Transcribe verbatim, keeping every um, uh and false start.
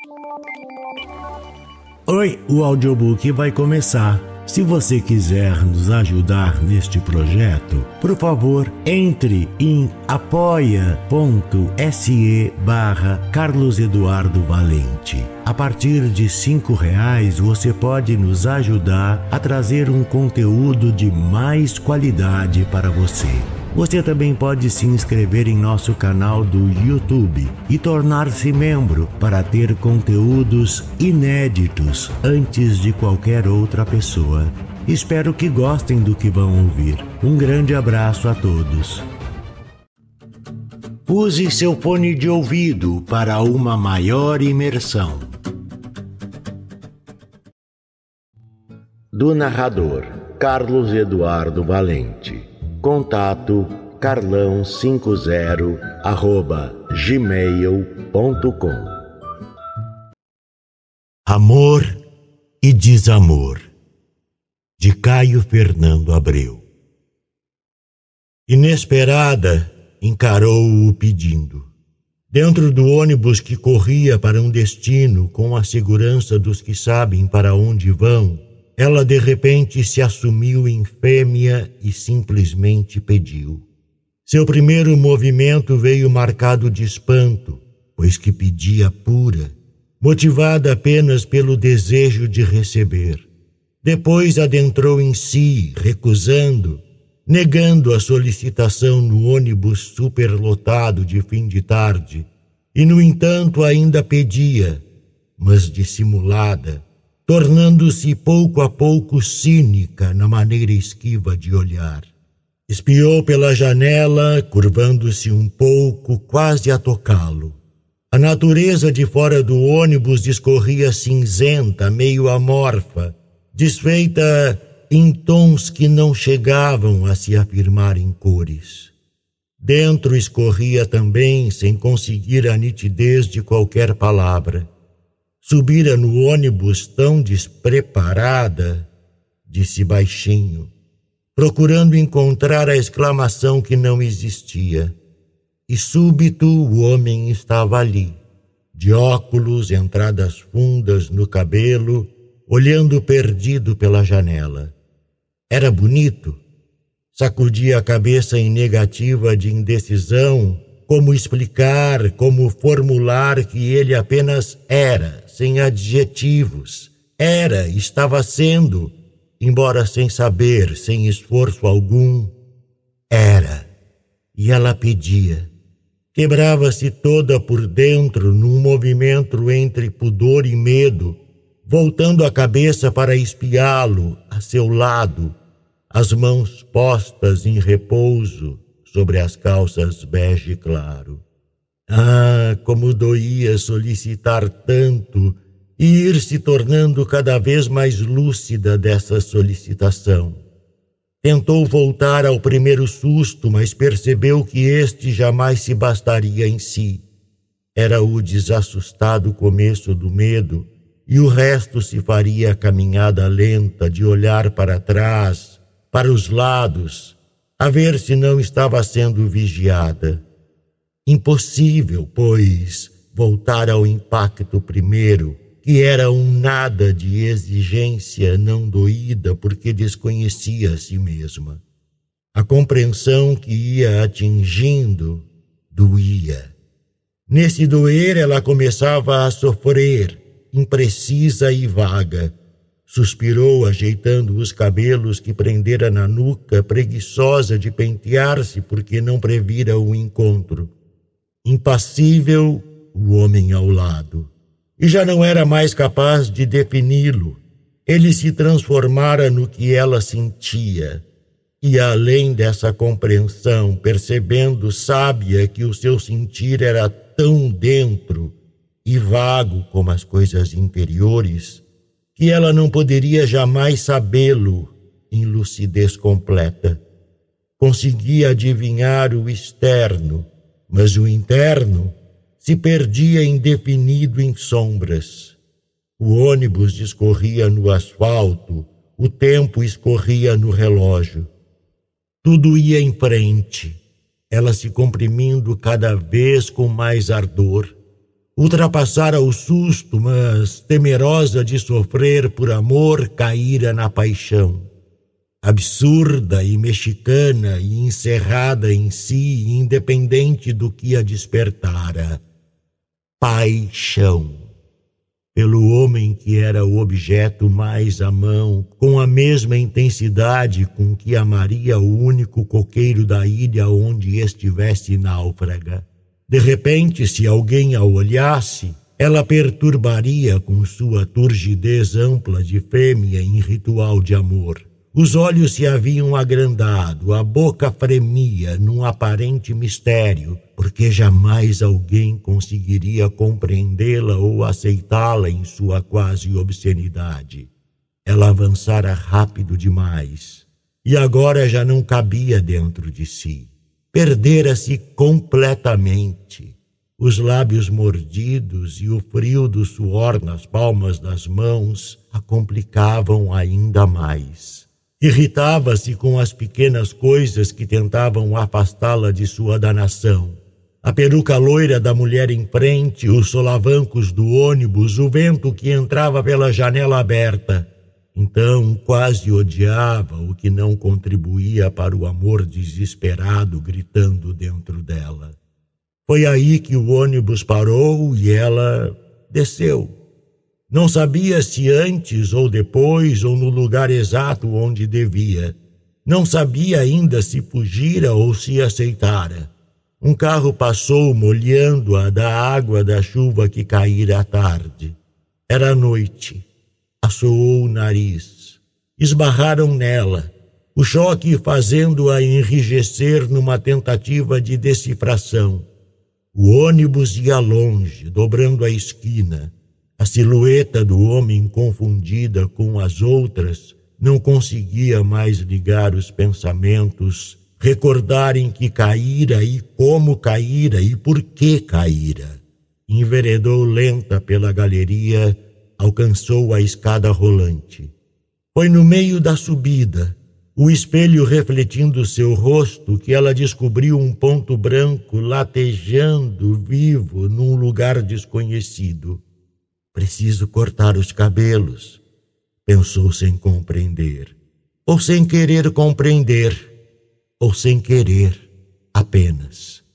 Oi, o audiobook vai começar. Se você quiser nos ajudar neste projeto, por favor, entre em apoia.se barra Carlos Eduardo Valente. A partir de cinco reais, você pode nos ajudar a trazer um conteúdo de mais qualidade para você. Você também pode se inscrever em nosso canal do YouTube e tornar-se membro para ter conteúdos inéditos antes de qualquer outra pessoa. Espero que gostem do que vão ouvir. Um grande abraço a todos. Use seu fone de ouvido para uma maior imersão. Do narrador Carlos Eduardo Valente. Contato carlão cinquenta arroba gmail ponto com. Amor e Desamor, de Caio Fernando Abreu. Inesperada, encarou-o pedindo. Dentro do ônibus que corria para um destino com a segurança dos que sabem para onde vão, ela de repente se assumiu em fêmea e simplesmente pediu. Seu primeiro movimento veio marcado de espanto, pois que pedia pura, motivada apenas pelo desejo de receber. Depois adentrou em si, recusando, negando a solicitação no ônibus superlotado de fim de tarde, e no entanto ainda pedia, mas dissimulada, tornando-se pouco a pouco cínica na maneira esquiva de olhar. Espiou pela janela, curvando-se um pouco, quase a tocá-lo. A natureza de fora do ônibus discorria cinzenta, meio amorfa, desfeita em tons que não chegavam a se afirmar em cores. Dentro escorria também, sem conseguir a nitidez de qualquer palavra. Subira no ônibus tão despreparada, disse baixinho, procurando encontrar a exclamação que não existia. E súbito o homem estava ali, de óculos, entradas fundas no cabelo, olhando perdido pela janela. Era bonito. Sacudia a cabeça em negativa de indecisão, como explicar, como formular que ele apenas era, sem adjetivos. Era, estava sendo, embora sem saber, sem esforço algum. Era. E ela pedia. Quebrava-se toda por dentro num movimento entre pudor e medo, voltando a cabeça para espiá-lo a seu lado, as mãos postas em repouso sobre as calças bege claro. Ah, como doía solicitar tanto e ir se tornando cada vez mais lúcida dessa solicitação. Tentou voltar ao primeiro susto, mas percebeu que este jamais se bastaria em si. Era o desassustado começo do medo, e o resto se faria a caminhada lenta de olhar para trás, para os lados, a ver se não estava sendo vigiada. Impossível, pois, voltar ao impacto primeiro, que era um nada de exigência não doída porque desconhecia a si mesma. A compreensão que ia atingindo doía. Nesse doer ela começava a sofrer, imprecisa e vaga. Suspirou, ajeitando os cabelos que prendera na nuca, preguiçosa de pentear-se porque não previra o encontro. Impassível, o homem ao lado. E já não era mais capaz de defini-lo. Ele se transformara no que ela sentia. E além dessa compreensão, percebendo sábia que o seu sentir era tão dentro e vago como as coisas interiores, que ela não poderia jamais sabê-lo em lucidez completa. Conseguia adivinhar o externo, mas o interno se perdia indefinido em sombras. O ônibus discorria no asfalto, o tempo escorria no relógio. Tudo ia em frente, ela se comprimindo cada vez com mais ardor. Ultrapassara o susto, mas, temerosa de sofrer por amor, caíra na paixão. Absurda e mexicana e encerrada em si, independente do que a despertara. Paixão. Pelo homem que era o objeto mais à mão, com a mesma intensidade com que amaria o único coqueiro da ilha onde estivesse náufraga. De repente, se alguém a olhasse, ela perturbaria com sua turgidez ampla de fêmea em ritual de amor. Os olhos se haviam agrandado, a boca fremia num aparente mistério, porque jamais alguém conseguiria compreendê-la ou aceitá-la em sua quase obscenidade. Ela avançara rápido demais, e agora já não cabia dentro de si. Perdera-se completamente. Os lábios mordidos e o frio do suor nas palmas das mãos a complicavam ainda mais. Irritava-se com as pequenas coisas que tentavam afastá-la de sua danação. A peruca loira da mulher em frente, os solavancos do ônibus, o vento que entrava pela janela aberta. Então quase odiava o que não contribuía para o amor desesperado gritando dentro dela. Foi aí que o ônibus parou e ela desceu. Não sabia se antes ou depois ou no lugar exato onde devia. Não sabia ainda se fugira ou se aceitara. Um carro passou molhando-a da água da chuva que caíra à tarde. Era noite. Assoou o nariz. Esbarraram nela, o choque fazendo-a enrijecer numa tentativa de decifração. O ônibus ia longe, dobrando a esquina. A silhueta do homem confundida com as outras não conseguia mais ligar os pensamentos, recordar em que caíra e como caíra e por que caíra. Enveredou lenta pela galeria, alcançou a escada rolante. Foi no meio da subida, o espelho refletindo seu rosto, que ela descobriu um ponto branco latejando vivo num lugar desconhecido. Preciso cortar os cabelos, pensou sem compreender, ou sem querer compreender, ou sem querer apenas.